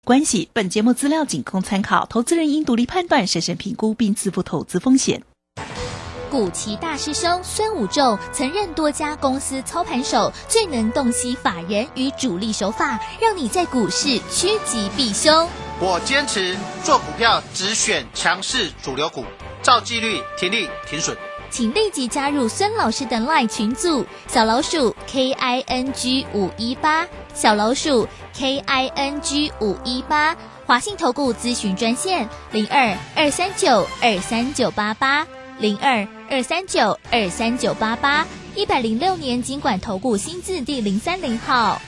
关系，本节目资料仅供参考，投资人应独立判断、审慎评估并自负投资风险。 古奇大师兄孙武仲曾任多家公司操盘手，最能洞悉法人与主力手法，让你在股市趋吉避凶。 我坚持做股票只选强势主流股，照纪律停利停损。 请立即加入孙老师的 LINE 群组，小老鼠 KING518， 小老鼠 KING518， 华信投顾咨询专线02-239-23988，02-239-23988，106年金管投顾新字第030号。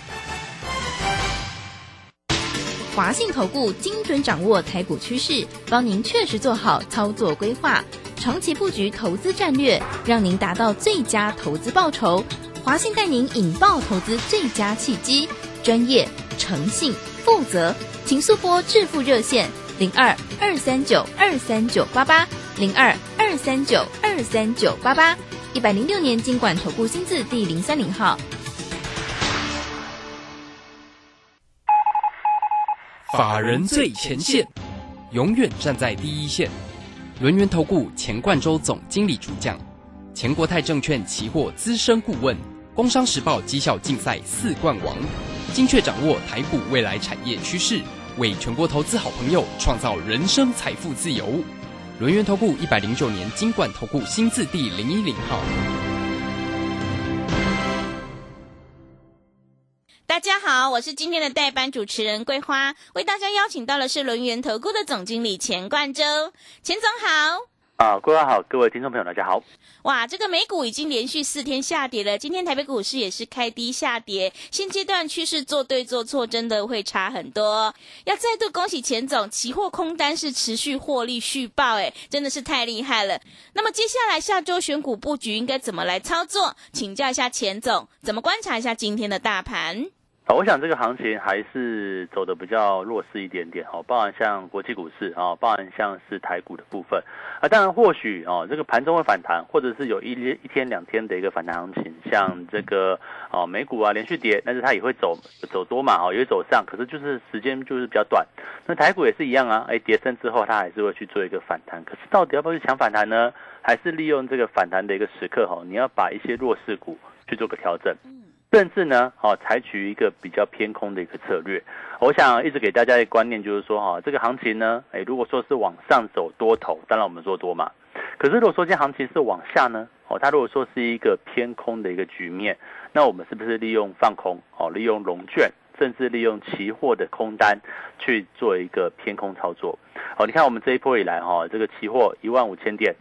华信投顾精准掌握台股趋势，帮您确实做好操作规划，长期布局投资战略，让您达到最佳投资报酬。华信带您引爆投资最佳契机，专业、诚信、负责，请速拨致富热线02-239-23988，02-239-23988，106年金管投顾新字第030号。 法人最前线，永远站在第一线。轮源投顾钱冠洲总经理主讲，前国泰证券期货资深顾问，工商时报绩效竞赛4冠王，精确掌握台股未来产业趋势，为全国投资好朋友创造人生财富自由。轮源投顾109年金管投顾新字第010号。 大家好，我是今天的代班主持人桂花，为大家邀请到的是轮源投顾的总经理钱冠洲。钱总好。 桂花好，各位听众朋友大家好。 哇，这个美股已经连续4天下跌了，今天台北股市也是开低下跌，现阶段趋势做对做错真的会差很多。要再度恭喜钱总，期货空单是持续获利续报，真的是太厉害了。那么接下来下周选股布局应该怎么来操作？请教一下钱总，怎么观察一下今天的大盘？ 我想这个行情还是走的比较弱势一点点，包含像国际股市，包含像是台股的部分。当然或许这个盘中会反弹，或者是有一天2天的一个反弹行情，像这个美股连续跌，但是它也会走多嘛，也会走上，可是就是时间就是比较短。那台股也是一样啊，跌升之后它还是会去做一个反弹，可是到底要不要去抢反弹呢？还是利用这个反弹的一个时刻，你要把一些弱势股去做个调整。甚至呢，采取一个比较偏空的一个策略。我想一直给大家的观念就是说，这个行情呢，如果说是往上走多头，当然我们说多嘛。可是如果说今天行情是往下呢，它如果说是一个偏空的一个局面，那我们是不是利用放空，利用融券，甚至利用期货的空单去做一个偏空操作？你看我们这一波以来，这个期货15000点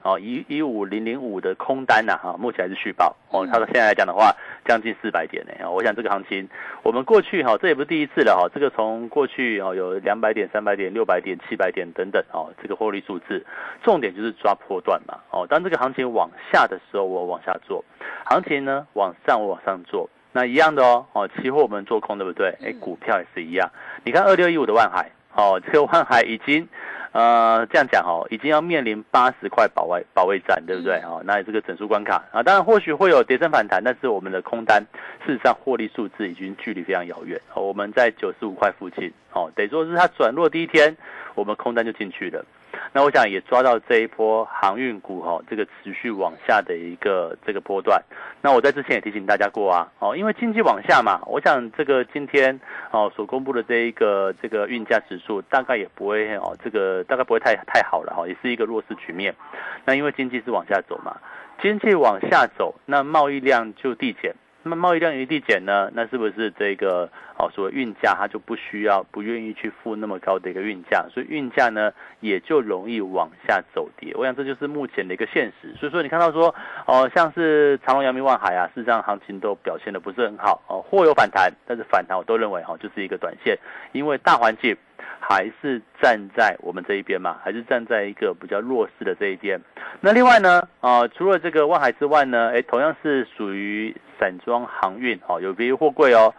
，15005的空单目前还是续报，它到现在来讲的话，将近400点呢。我想这个行情，我们过去这也不是第一次了，这个从过去有200点、300点、600点、700点等等这个获利数字，重点就是抓波段嘛。当这个行情往下的时候，我往下做；行情呢往上，我往上做。那一样的期货我们做空对不对？股票也是一样。你看2615的万海，这个万海已经这样讲已经要面临80块保卫战，对不对？那这个整数关卡当然或许会有跌升反弹，但是我们的空单事实上获利数字已经距离非常遥远。我们在95块附近，得说是它转弱第一天，我们空单就进去了。那我想也抓到这一波航运股这个持续往下的一个这个波段。那我在之前也提醒大家过因为经济往下嘛，我想这个今天所公布的这个运价指数大概也不会这个大概不会太好了也是一个弱势局面。那因为经济是往下走嘛，经济往下走，那贸易量就递减。那么贸易量一递减呢，那是不是这个所谓运价它就不愿意去付那么高的一个运价，所以运价呢也就容易往下走跌。我想这就是目前的一个现实。所以说你看到说像是长荣、阳明、万海事实上行情都表现得不是很好或有反弹，但是反弹我都认为就是一个短线，因为大环境还是站在我们这一边嘛，还是站在一个比较弱势的这一边。那另外呢除了这个万海之外呢，同样是属于散装航运有别于货柜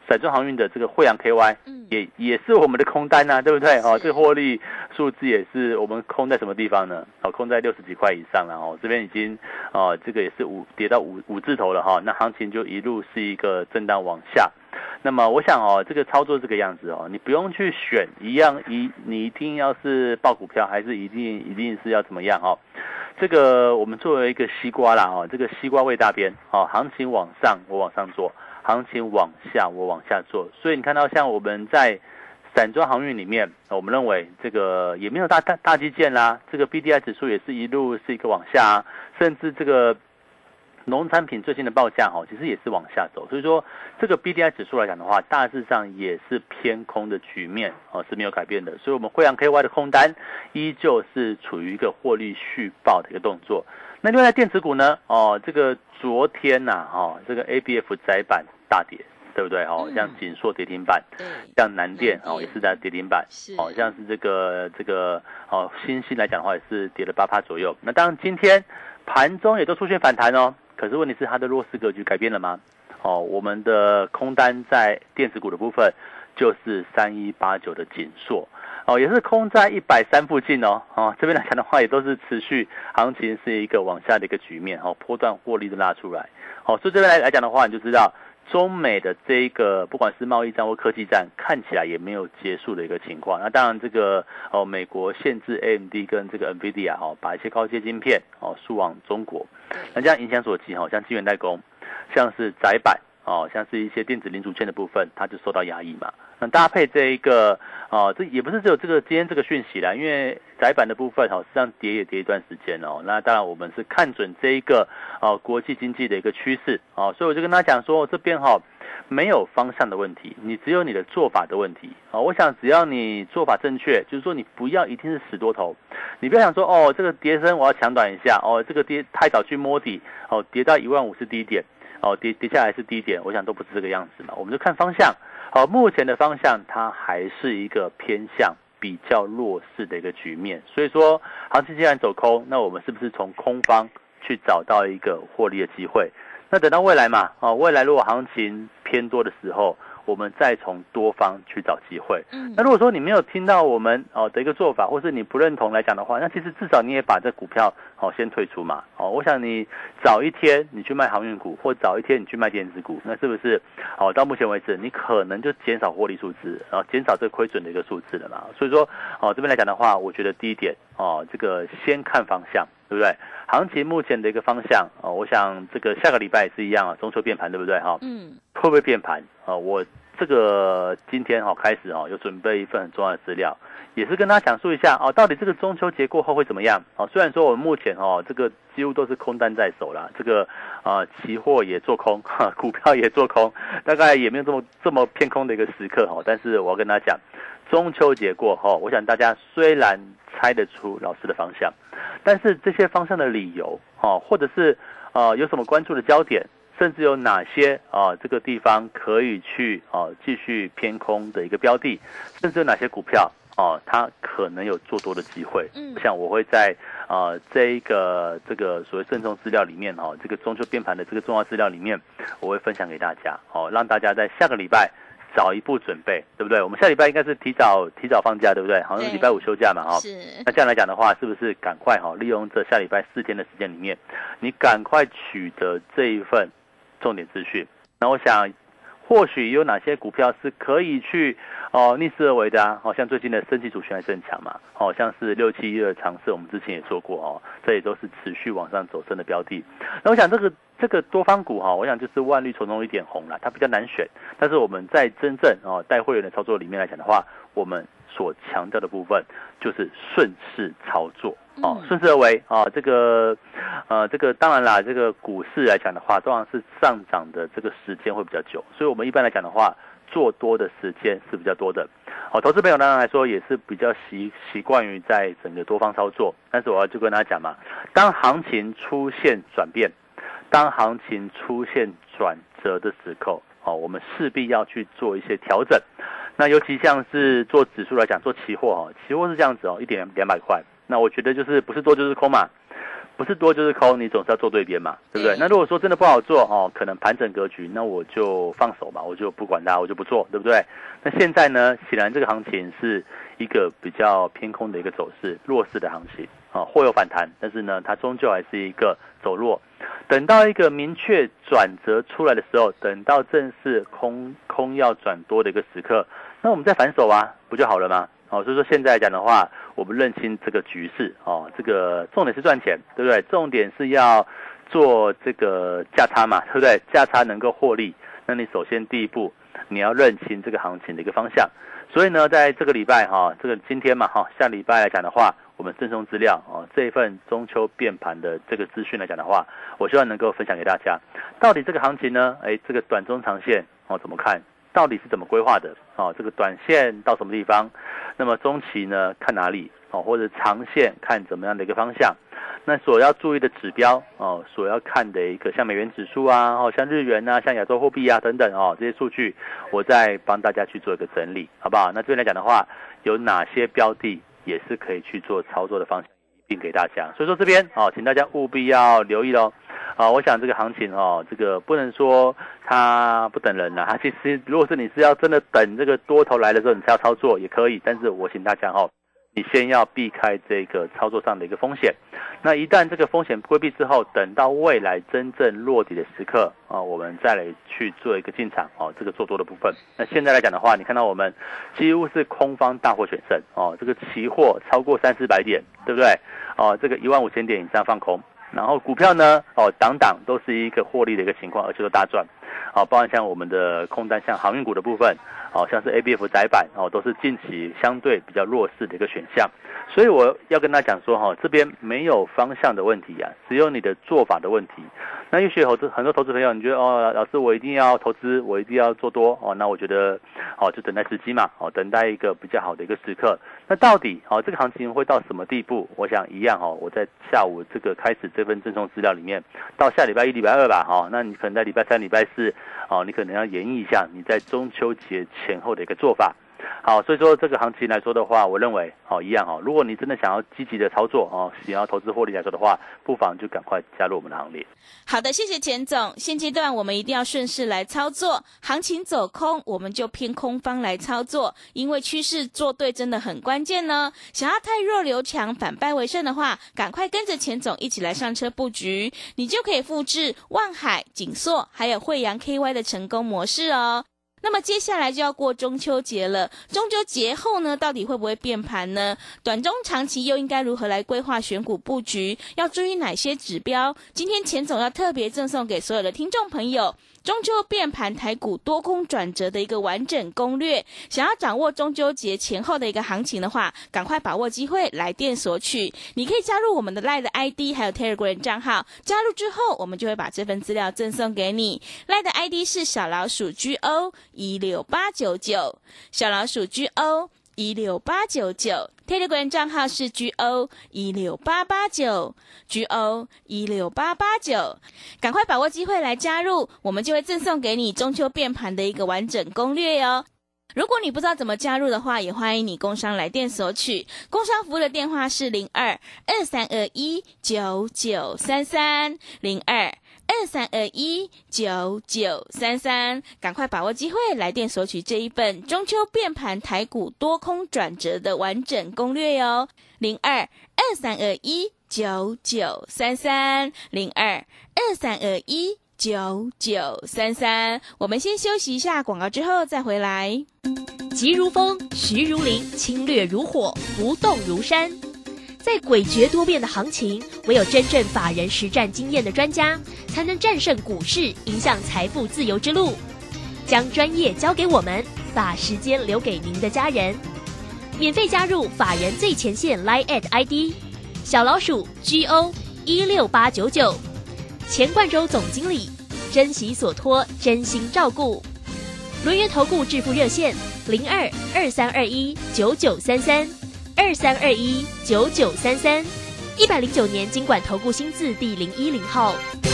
散装航运的这个惠阳 KY，也是我们的空单啊，对不对？这个获利数字也是我们空在什么地方呢？空在60几块以上了这边已经这个也是跌到五字头了那行情就一路是一个震荡往下。那么我想这个操作这个样子你不用去选你一定要是报股票，还是一定是要怎么样这个我们作为一个西瓜啦这个西瓜位大边行情往上我往上做，行情往下我往下做，所以你看到像我们在散装航运里面，我们认为这个也没有大基建啦，这个 BDI 指数也是一路是一个往下甚至这个农产品最新的报价其实也是往下走，所以说这个 BDI 指数来讲的话，大致上也是偏空的局面是没有改变的，所以我们惠阳 KY 的空单依旧是处于一个获利续报的一个动作。那另外电子股呢这个昨天这个 ABF 载板大跌，对不对像锦硕跌停板，像南电也是在跌停板，像是这个新兴来讲的话也是跌了8%左右。那当然今天盘中也都出现反弹可是问题是它的弱势格局改变了吗？我们的空单在电子股的部分就是3189的锦硕也是空在130附近这边来讲的话也都是持续行情是一个往下的一个局面波段获利的拉出来所以这边来讲的话，你就知道中美的这一个不管是贸易战或科技战看起来也没有结束的一个情况。那当然这个美国限制 AMD 跟这个 NVIDIA 把一些高阶晶片输往中国，那这样影响所及像晶圆代工，像是载板像是一些电子零组件的部分，它就受到压抑嘛。那搭配这一个这也不是只有今天这个讯息啦，因为载板的部分实际上跌也跌一段时间那当然我们是看准这一个国际经济的一个趋势所以我就跟他讲说，这边没有方向的问题，你只有你的做法的问题我想只要你做法正确，就是说你不要一定是死多头，你不要想说这个跌升我要抢短一下这个跌太早去摸底跌到15000是低点跌下来是低点，我想都不是这个样子嘛。我们就看方向目前的方向它还是一个偏向比较弱势的一个局面，所以说行情既然走空，那我们是不是从空方去找到一个获利的机会？那等到未来嘛未来如果行情偏多的时候，我们再从多方去找机会。那如果说你没有听到我们的一个做法，或是你不认同来讲的话，那其实至少你也把这股票先退出嘛我想你早一天你去卖航运股，或早一天你去卖电子股，那是不是到目前为止你可能就减少获利数字，减少这亏损的一个数字了嘛？所以说这边来讲的话，我觉得第一点这个先看方向，对不对？行情目前的一个方向我想这个下个礼拜也是一样中秋变盘，对不对会不会变盘我这个今天开始有准备一份很重要的资料，也是跟大家讲述一下到底这个中秋节过后会怎么样虽然说我们目前这个几乎都是空单在手啦，这个期货也做空股票也做空，大概也没有这么偏空的一个时刻但是我要跟大家讲，中秋节过后我想大家虽然猜得出老师的方向，但是这些方向的理由或者是有什么关注的焦点，甚至有哪些这个地方可以去继续偏空的一个标的，甚至有哪些股票它可能有做多的机会。我想我会在这个所谓慎重资料里面这个中秋变盘的这个重要资料里面，我会分享给大家让大家在下个礼拜早一步准备，对不对？我们下礼拜应该是提早放假，对不对？好像是礼拜5休假嘛是。 那这样来讲的话，是不是赶快利用这下礼拜4天的时间里面，你赶快取得这一份重点资讯？那我想或许有哪些股票是可以去逆势而为的像最近的生技族群还是很强嘛像是6712长盛，我们之前也说过这也都是持续往上走升的标的。那我想这个多方股我想就是万绿丛中一点红啦，它比较难选，但是我们在真正带会员的操作里面来讲的话，我们所强调的部分就是顺势操作顺势而为这个当然啦，这个股市来讲的话，通常是上涨的这个时间会比较久，所以我们一般来讲的话，做多的时间是比较多的投资朋友当然来说也是比较习惯于在整个多方操作，但是我要就跟大家讲嘛，当行情出现转变，当行情出现转折的时候我们势必要去做一些调整。那尤其像是做指数来讲，做期货期货是这样子1点200块，那我觉得就是不是多就是空嘛， 不是多就是空，你总是要做对边嘛，对不对？那如果说真的不好做哦，可能盘整格局，那我就放手嘛，我就不管它，我就不做，对不对？那现在呢，显然这个行情是一个比较偏空的一个走势，弱势的行情啊，或有反弹，但是呢，它终究还是一个走弱。等到一个明确转折出来的时候，等到正式空要转多的一个时刻，那我们再反手啊，不就好了吗？哦，所以说现在来讲的话，我们认清这个局势哦，这个重点是赚钱，对不对？重点是要做这个价差嘛，对不对？价差能够获利，那你首先第一步你要认清这个行情的一个方向。所以呢，在这个礼拜哈，这个今天嘛哈，下礼拜来讲的话，我们赠送资料哦，这一份中秋变盘的这个资讯来讲的话，我希望能够分享给大家。到底这个行情呢，这个短中长线哦怎么看？到底是怎么规划的？哦，这个短线到什么地方？那么中期呢，看哪里？哦，或者长线看怎么样的一个方向？那所要注意的指标哦，所要看的一个像美元指数啊，哦，像日元啊，像亚洲货币啊等等哦，这些数据我再帮大家去做一个整理，好不好？那这边来讲的话，有哪些标的也是可以去做操作的方向，一并给大家。所以说这边哦，请大家务必要留意咯。我想这个行情哦，这个不能说它不等人啦，它其实如果是你是要真的等这个多头来的时候，你才要操作也可以，但是我请大家哦，你先要避开这个操作上的一个风险。那一旦这个风险规避之后，等到未来真正落底的时刻啊，我们再来去做一个进场哦，这个做多的部分。那现在来讲的话，你看到我们几乎是空方大获全胜哦，这个期货超过300-400点，对不对？哦，这个15000点以上放空。然后股票呢，档都是一个获利的一个情况，而且都大赚，包含像我们的空单，像航运股的部分，像是 ABF 载板，都是近期相对比较弱势的一个选项。所以我要跟大家讲说，这边没有方向的问题啊，只有你的做法的问题。那也许很多投资朋友，你觉得老师我一定要投资，我一定要做多那我觉得就等待时机嘛，等待一个比较好的一个时刻。那到底这个行情会到什么地步？我想一样我在下午这个开始这份赠送资料里面，到下礼拜1、礼拜2吧那你可能在礼拜3、礼拜4你可能要研议一下你在中秋节前后的一个做法。好，所以说这个行情来说的话，我认为一样如果你真的想要积极的操作想要投资获利来说的话，不妨就赶快加入我们的行列。 好的，谢谢钱总。现阶段我们一定要顺势来操作，行情走空我们就偏空方来操作，因为趋势做对真的很关键呢。想要汰弱留强，反败为胜的话，赶快跟着钱总一起来上车布局，你就可以复制万海、景硕还有慧洋 KY 的成功模式哦。那么接下来就要过中秋节了，中秋节后呢，到底会不会变盘呢？短中长期又应该如何来规划选股布局？要注意哪些指标？今天钱总要特别赠送给所有的听众朋友中秋变盘台股多空转折的一个完整攻略。想要掌握中秋节前后的一个行情的话，赶快把握机会来电索取。你可以加入我们的 LINE 的 ID 还有 Telegram 账号，加入之后我们就会把这份资料赠送给你。 LINE 的 ID 是小老鼠 GO16899， 小老鼠 GO16899， Telegram 账号是 GO16889 GO16889， 赶快把握机会来加入，我们就会赠送给你中秋变盘的一个完整攻略哟。如果你不知道怎么加入的话，也欢迎你工商来电索取。工商服务的电话是02-2321-9933 02-2321-9933，赶快把握机会来电索取这一份中秋变盘台股多空转折的完整攻略哟。02-2321-9933 02-2321-9933，我们先休息一下广告，之后再回来。 急如风，徐如林，侵略如火，不动如山。在诡谲多变的行情，唯有真正法人实战经验的专家，才能战胜股市，迎向财富自由之路。将专业交给我们，把时间留给您的家人。免费加入法人最前线 LINE@ ID 小老鼠 GO16899，钱冠洲总经理，珍惜所托，真心照顾。轮源投顾致富热线02-2321-9933 2321-9933， 109年金管投顾新字第010号。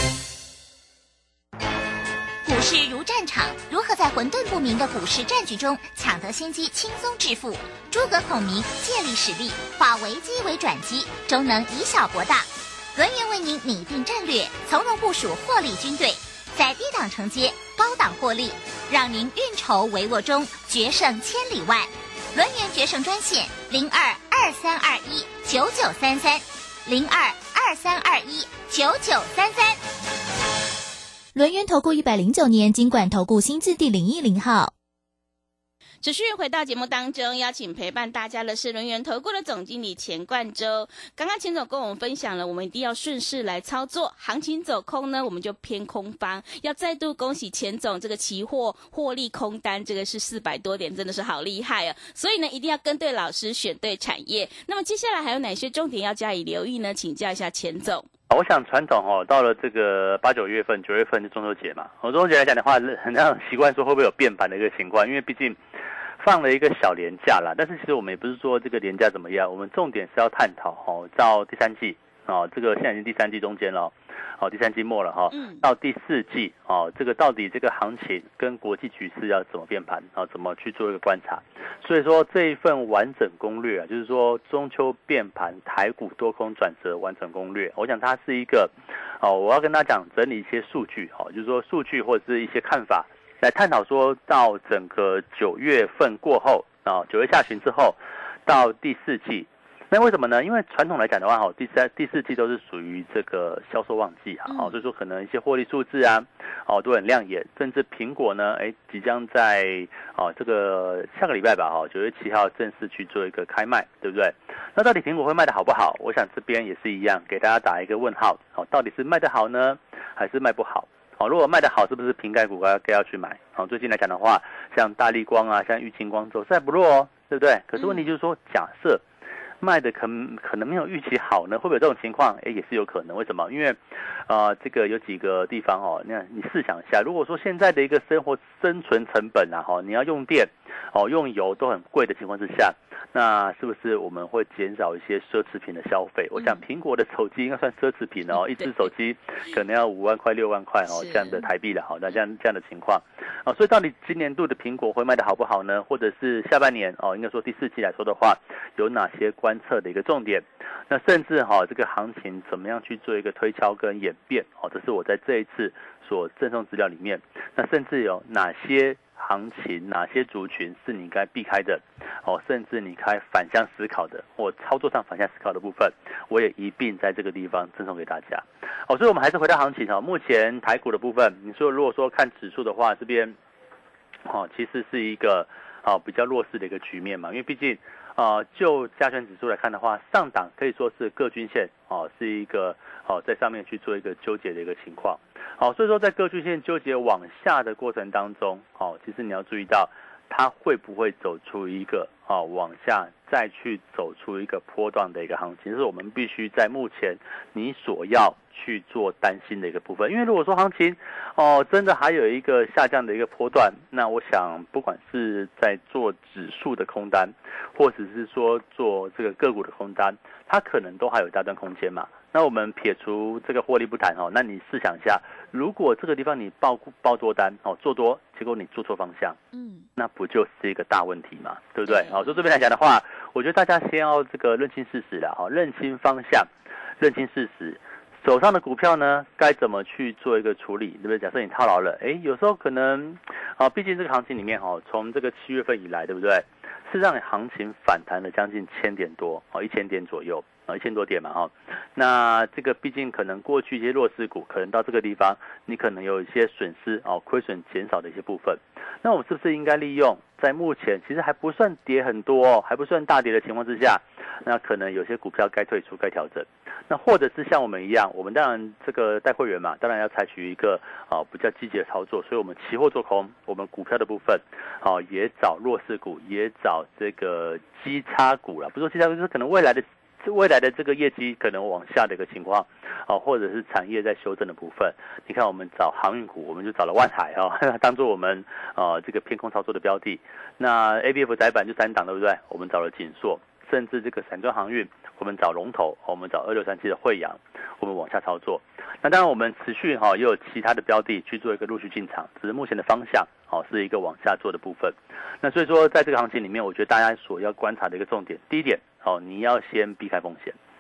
股市如战场，如何在混沌不明的股市战局中抢得先机，轻松致富？诸葛孔明借力使力，化危机为转机，终能以小博大。 轮源为您拟定战略，从容部署获利军队，在低档承接，高档获利，让您运筹帷幄中决胜千里外。轮源决胜专线02-2321-9933，02-2321-9933。 轮源投顾109年金管投顾新字第010号。 持续回到节目当中，邀请陪伴大家的是轮源投顾的总经理钱冠周。刚刚钱总跟我们分享了，我们一定要顺势来操作，行情走空呢，我们就偏空方。要再度恭喜钱总这个期货获利空单，这个是400多点，真的是好厉害哦。所以呢，一定要跟对老师，选对产业。那么接下来还有哪些重点要加以留意呢？请教一下钱总。 我想传统到了这个8、9月份，9月份是中秋节嘛。中秋节来讲的话，很让习惯说会不会有变盘的一个情况，因为毕竟放了一个小连假啦。但是其实我们也不是说这个连假怎么样，我们重点是要探讨到第3季这个现在已经第3季中间了。第3季末了到第4季这个到底这个行情跟国际局势要怎么变盘怎么去做一个观察。所以说这一份完整攻略啊，就是说中秋变盘台股多空转折完整攻略，我想它是一个我要跟大家讲整理一些数据就是说数据或者是一些看法来探讨说到整个9月份过后9月下旬之后到第4季。那为什么呢？因为传统来讲的话第3、第4季都是属于这个销售旺季所以说可能一些获利数字都很亮眼，甚至苹果呢即将在这个下个礼拜吧9月7号正式去做一个开卖，对不对？那到底苹果会卖得好不好？我想这边也是一样，给大家打一个问号到底是卖得好呢，还是卖不好？如果卖得好，是不是瓶盖股该要去买？最近来讲的话，像大立光像玉晶光走势还不弱对不对？可是问题就是说，假设卖的可能没有预期好呢，会不会有这种情况？也是有可能。为什么？因为这个有几个地方那你试想一下，如果说现在的一个生存成本你要用电用油都很贵的情况之下，那是不是我们会减少一些奢侈品的消费？我想苹果的手机应该算奢侈品一只手机可能要5万块、6万块这样的台币了那这样的情况所以到底今年度的苹果会卖得好不好呢？或者是下半年应该说第4季来说的话，有哪些观测的一个重点？那甚至这个行情怎么样去做一个推敲跟演变这是我在这一次所赠送资料里面。那甚至有哪些行情、哪些族群是你该避开的甚至你该反向思考的，或操作上反向思考的部分，我也一并在这个地方赠送给大家所以我们还是回到行情目前台股的部分，你说如果说看指数的话，这边其实是一个比较弱势的一个局面嘛，因为毕竟就加权指数来看的话，上档可以说是各均线是一个在上面去做一个纠结的一个情况所以说在各均线纠结往下的过程当中其实你要注意到它会不会走出一个往下再去走出一个波段的一个行情，这是我们必须在目前你所要去做担心的一个部分。因为如果说行情真的还有一个下降的一个波段，那我想不管是在做指数的空单，或者是说做这个个股的空单，它可能都还有一大段空间嘛。那我们撇除这个获利不谈那你试想一下，如果这个地方你报多单做多，结果你做错方向，那不就是一个大问题嘛，对不对？所以这边来讲的话，我觉得大家先要这个认清事实啦认清方向，认清事实，手上的股票呢该怎么去做一个处理，对不对？假设你套牢了，有时候可能毕竟这个行情里面从这个7月份以来，对不对？是让行情反弹了将近1000点多1000点左右1000多点嘛那这个毕竟可能过去一些弱势股，可能到这个地方你可能有一些损失亏损减少的一些部分，那我们是不是应该利用在目前其实还不算跌很多还不算大跌的情况之下，那可能有些股票该退出该调整，那或者是像我们一样，我们当然这个带会员嘛，当然要采取一个比较积极的操作，所以我们期货做空，我们股票的部分也找弱势股，也找这个基差股啦，不是说基差股，就是可能未来的这个业绩可能往下的一个情况或者是产业在修正的部分。你看我们找航运股，我们就找了万海当做我们这个偏空操作的标的。那 ABF 载板就3档，对不对？我们找了锦硕，甚至这个散装航运，我们找龙头，我们找2637的慧洋，我们往下操作。那当然我们持续也有其他的标的去做一个陆续进场，只是目前的方向是一个往下做的部分。那所以说在这个行情里面，我觉得大家所要观察的一个重点，第一点你要先避开风险。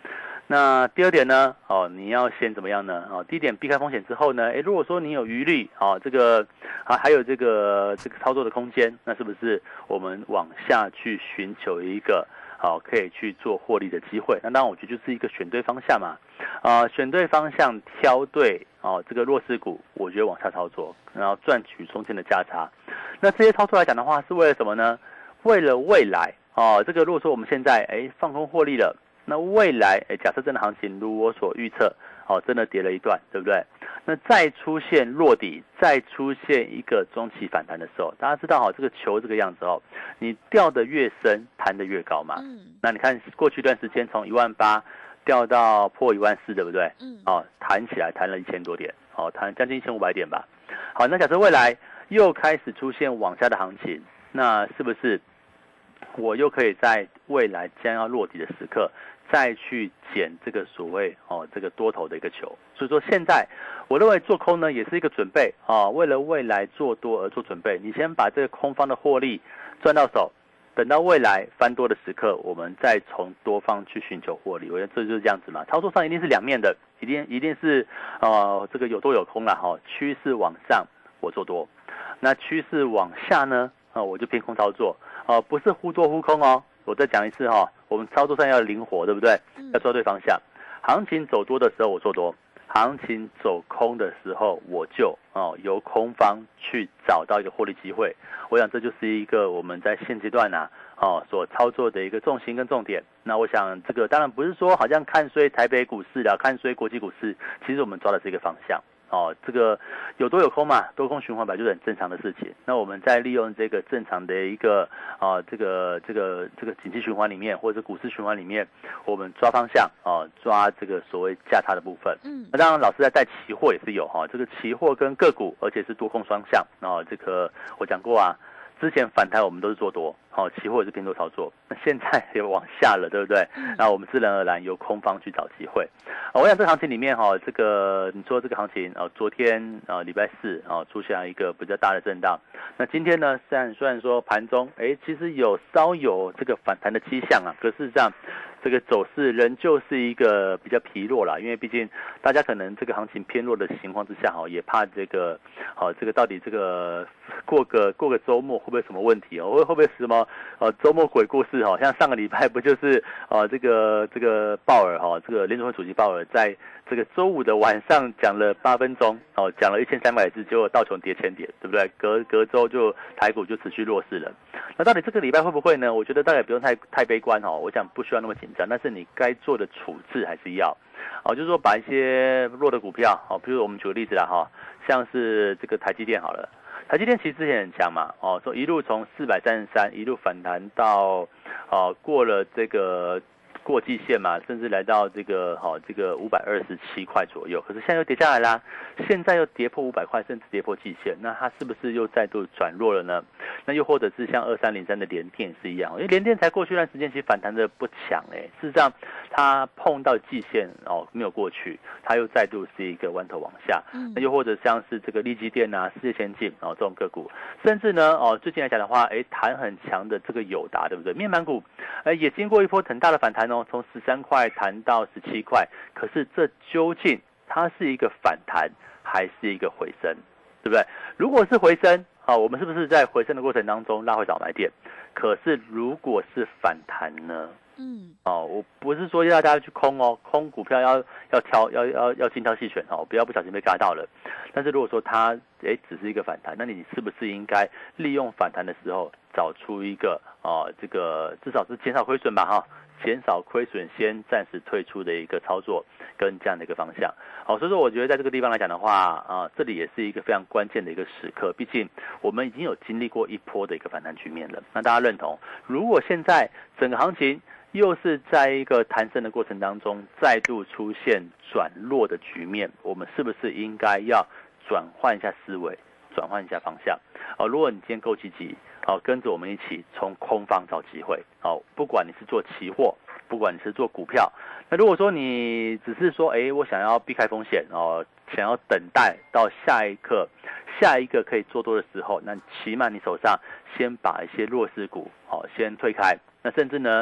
那第二点呢，你要先怎么样呢？第一点避开风险之后呢，如果说你有余力，这个还有这个操作的空间，那是不是我们往下去寻求一个可以去做获利的机会？那当然我觉得就是一个选对方向嘛，选对方向，挑对这个弱势股，我觉得往下操作，然后赚取中间的价差。那这些操作来讲的话，是为了什么呢？为了未来这个如果说我们现在放空获利了。那未来，假设真的行情如我所预测，真的跌了一段，对不对？那再出现落底，再出现一个中期反弹的时候，大家知道这个球这个样子你掉得越深，弹得越高嘛。那你看过去一段时间从18000掉到破14000，对不对？弹起来弹了1000多点，弹将近1500点吧。好，那假设未来又开始出现往下的行情，那是不是我又可以在未来将要落底的时刻？再去捡这个所谓这个多头的一个球，所以说现在我认为做空呢也是一个准备为了未来做多而做准备。你先把这个空方的获利赚到手，等到未来翻多的时刻，我们再从多方去寻求获利。我觉得这就是这样子嘛，操作上一定是两面的，一定是这个有多有空啦趋势往上我做多，那趋势往下呢我就偏空操作不是忽多忽空我再讲一次我们操作上要灵活，对不对？要抓对方向。行情走多的时候我做多，行情走空的时候我就由空方去找到一个获利机会。我想这就是一个我们在现阶段所操作的一个重心跟重点。那我想这个当然不是说好像看衰台北股市啦，看衰国际股市，其实我们抓的是一个方向。这个有多有空嘛，多空循环本来就是很正常的事情。那我们在利用这个正常的一个这个景气循环里面，或者是股市循环里面，我们抓方向抓这个所谓价差的部分。那当然老师在带期货也是有这个期货跟个股，而且是多空双向这个我讲过之前反弹我们都是做多，期货也是偏多操作，那现在也往下了，对不对？那我们自然而然由空方去找机会。我想这个行情里面这个你说这个行情昨天礼拜四出现了一个比较大的震荡，那今天呢虽然说盘中其实稍有这个反弹的迹象可事实上这个走势仍旧是一个比较疲弱啦，因为毕竟大家可能这个行情偏弱的情况之下也怕这个到底这个过个周末会不会有什么问题会不会什么周末鬼故事像上个礼拜不就是这个鲍尔这个联准会主席鲍尔在这个周五的晚上讲了8分钟讲了1300字，结果道琼跌1000点，对不对？隔周就台股就持续弱势了。那到底这个礼拜会不会呢？我觉得大概不用太悲观我想不需要那么紧张，但是你该做的处置还是要就是说把一些弱的股票比如我们举个例子啦像是这个台积电好了。台积电其实之前很强嘛说一路从433一路反弹到过了这个过季线嘛，甚至来到这个527块左右，可是现在又跌下来啦，现在又跌破500块，甚至跌破季线，那它是不是又再度转弱了呢？那又或者是像2303的联电是一样，因为联电才过去一段时间其实反弹的不强事实上它碰到季线没有过去，它又再度是一个弯头往下。那又或者像是这个力积电世界先进这种个股，甚至呢最近来讲的话弹很强的这个友达，对不对？面板股也经过一波很大的反弹从13块弹到17块，可是这究竟它是一个反弹还是一个回升，对不对？如果是回升我们是不是在回升的过程当中拉回早买点？可是如果是反弹呢？我不是说要大家去空空股票要精挑细选不要不小心被嘎到了。但是如果说它只是一个反弹，那你是不是应该利用反弹的时候找出一个这个至少是减少亏损吧减少亏损先暂时退出的一个操作跟这样的一个方向所以说我觉得在这个地方来讲的话这里也是一个非常关键的一个时刻，毕竟我们已经有经历过一波的一个反弹局面了。那大家认同，如果现在整个行情又是在一个弹升的过程当中再度出现转弱的局面，我们是不是应该要转换一下思维，转换一下方向如果你今天够积极跟着我们一起从空方找机会不管你是做期货，不管你是做股票，那如果说你只是说我想要避开风险想要等待到下一个可以做多的时候，那起码你手上先把一些弱势股先推开，那甚至呢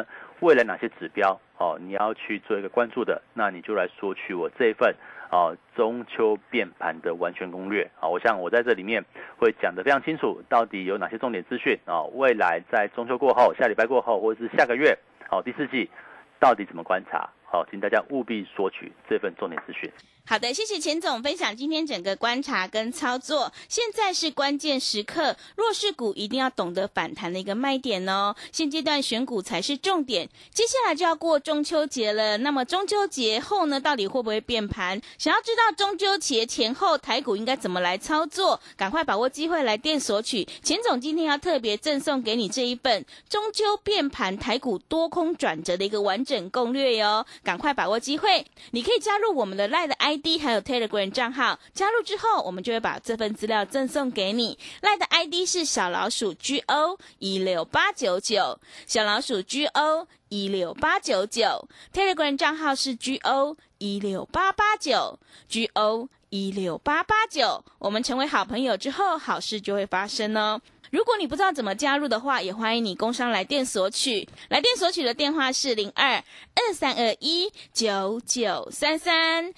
未来哪些指标你要去做一个关注的，那你就来索取我这一份中秋变盘的完全攻略我想我在这里面会讲得非常清楚，到底有哪些重点资讯未来在中秋过后、下礼拜过后，或者是下个月第4季到底怎么观察请大家务必索取这份重点资讯。 好的，谢谢钱总分享今天整个观察跟操作。现在是关键时刻，弱势股一定要懂得反弹的一个卖点哦。现阶段选股才是重点。接下来就要过中秋节了，那么中秋节后呢，到底会不会变盘？想要知道中秋节前后台股应该怎么来操作，赶快把握机会来电索取。钱总今天要特别赠送给你这一本中秋变盘台股多空转折的一个完整攻略哟，赶快把握机会。你可以加入我们的 LINE 的ID 还有 Telegram 账号，加入之后我们就会把这份资料赠送给你。 LINE 的 ID 是小老鼠 GO16899， 小老鼠 GO16899， Telegram 账号是 GO16889， GO16889。 我们成为好朋友之后，好事就会发生哦。如果你不知道怎么加入的话，也欢迎你工商来电索取。来电索取的电话是02-2321-9933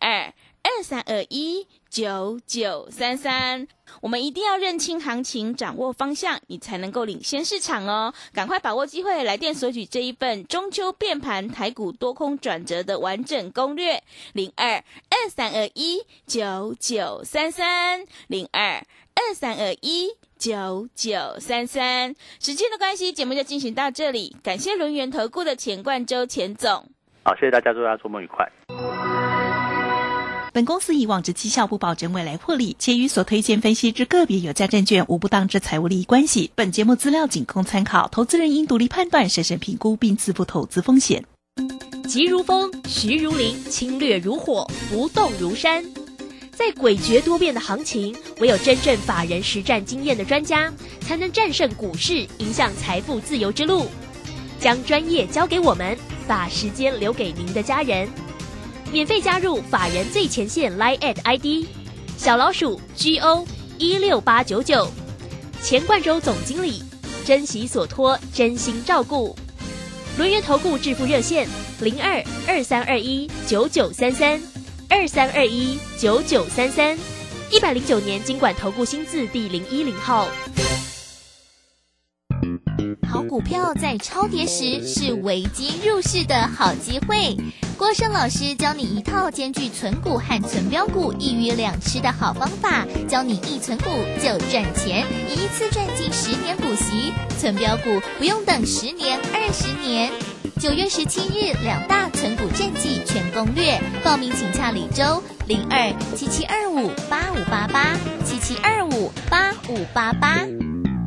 02-2321-9933。我们一定要认清行情，掌握方向，你才能够领先市场哦。赶快把握机会，来电索取这一份中秋变盘台股多空转折的完整攻略。02-2321-9933 02-2321-9933。时间的关系，节目就进行到这里，感谢轮源投顾的钱冠周钱总。 好，谢谢大家，祝大家周末愉快。 本公司以往之绩效不保证未来获利，且与所推荐分析之个别有价证券无不当之财务利益关系。本节目资料仅供参考，投资人应独立判断、审慎评估并自负投资风险。 急如风，徐如林，侵略如火，不动如山。在诡谲多变的行情，唯有真正法人实战经验的专家，才能战胜股市，迎向财富自由之路。将专业交给我们，把时间留给您的家人。免费加入法人最前线 LINE@ ID 小老鼠 GO16899， 钱冠周总经理，珍惜所托，真心照顾。轮源投顾致富热线02-2321-9933 2321-9933， 109年金管投顾新字第010号。 好股票在超跌时是危机入市的好机会。郭生老师教你一套兼具存股和存标股一鱼两吃的好方法，教你一存股就赚钱，一次赚进10年股息，存标股不用等10年20年。9月17日2大存股战绩全攻略，报名请洽李周02-7725-8588 7725-8588。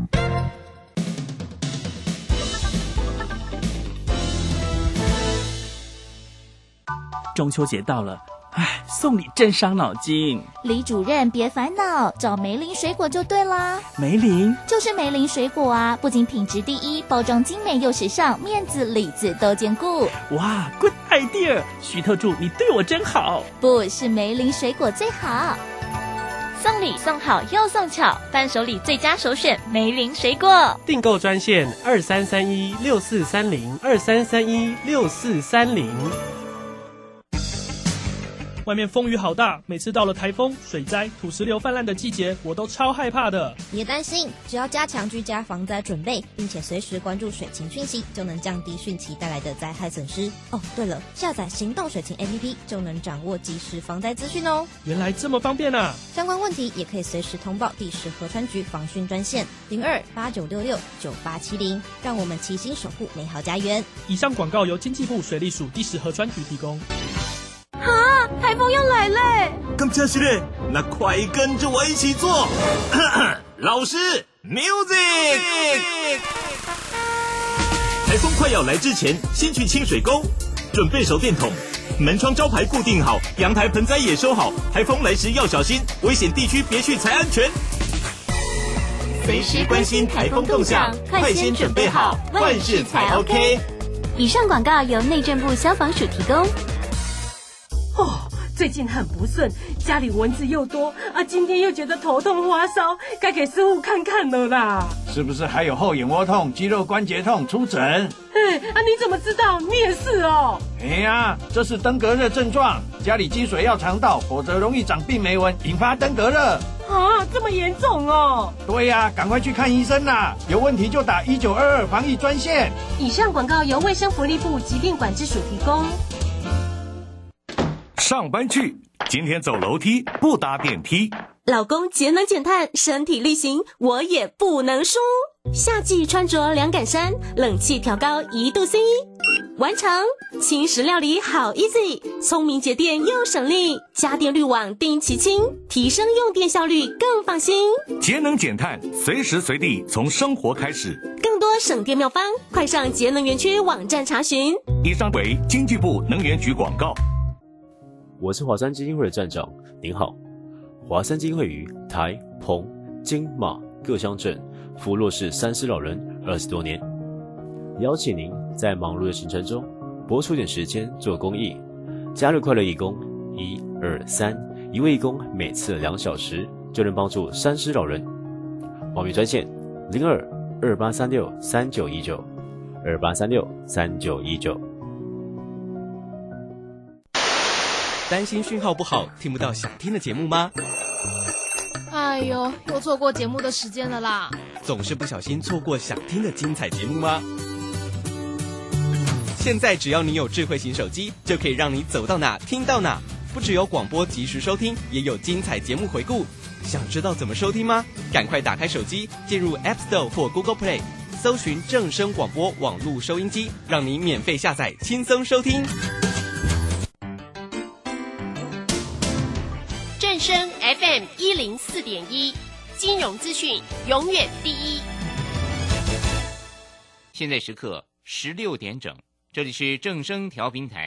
中秋节到了，送礼真伤脑筋。 李主任别烦恼，找梅林水果就对啦。 梅林就是梅林水果啊，不仅品质第一，包装精美又时尚，面子里子都兼顾。 哇 ，Good idea！ 徐特助，你对我真好。 不是梅林水果最好， 送礼送好又送巧，伴手礼最佳首选梅林水果。 订购专线2331-6430 2331-6430。 外面风雨好大，每次到了台风、水灾、土石流泛滥的季节，我都超害怕的。 别担心，只要加强居家防灾准备，并且随时关注水情讯息，就能降低汛期带来的灾害损失。哦，对了，下载行动水情 APP 就能掌握即时防灾资讯哦。 原来这么方便啊！ 相关问题也可以随时通报第10河川局防汛专线02-8966-9870，让我们齐心守护美好家园。 以上广告由经济部水利署第10河川局提供。 台风要来嘞！ 咁真是嘞，那快跟着我一起做。老师 ，music。台风快要来之前，先去清水沟，准备手电筒，门窗招牌固定好，阳台盆栽也收好。台风来时要小心，危险地区别去才安全。随时关心台风动向，快先准备好，万事才 OK。 以上广告由内政部消防署提供。 最近很不顺，家里蚊子又多啊，今天又觉得头痛发烧，该给师傅看看了啦。 是不是还有后眼窝痛、肌肉关节痛？出诊。 你怎么知道？你也是哦。 哎呀，这是登革热症状，家里积水要肠道，否则容易长病媒蚊，引发登革热。 这么严重哦？ 对呀，赶快去看医生啦！有问题就打1922防疫专线。 以上广告由卫生福利部疾病管制署提供。 上班去，今天走楼梯不搭电梯。 老公节能减碳，身体力行，我也不能输。夏季穿着凉感衫，冷气调高1度C。完成，轻食料理好 easy， 聪明节电又省力，家电滤网定期清，提升用电效率更放心。 节能减碳，随时随地从生活开始。 更多省电妙方，快上节能园区网站查询。 以上为经济部能源局广告。 我是华山基金会的站长，您好。华山基金会于台、澎、金、马各乡镇服务弱势三失老人20多年，邀请您在忙碌的行程中拨出点时间做公益，加入快乐义工123，一位义工每次2小时就能帮助三失老人。报名专线02-2836-3919，2836-3919。 担心讯号不好，听不到想听的节目吗？ 哎呦，又错过节目的时间了啦！ 总是不小心错过想听的精彩节目吗？现在只要你有智慧型手机，就可以让你走到哪听到哪。不只有广播及时收听，也有精彩节目回顾。想知道怎么收听吗？赶快打开手机，进入 App Store 或 Google Play， 搜寻正声广播网络收音机，让你免费下载，轻松收听。 正声 FM 104.1，金融资讯永远第一。 现在时刻16点整，这里是正声调频台。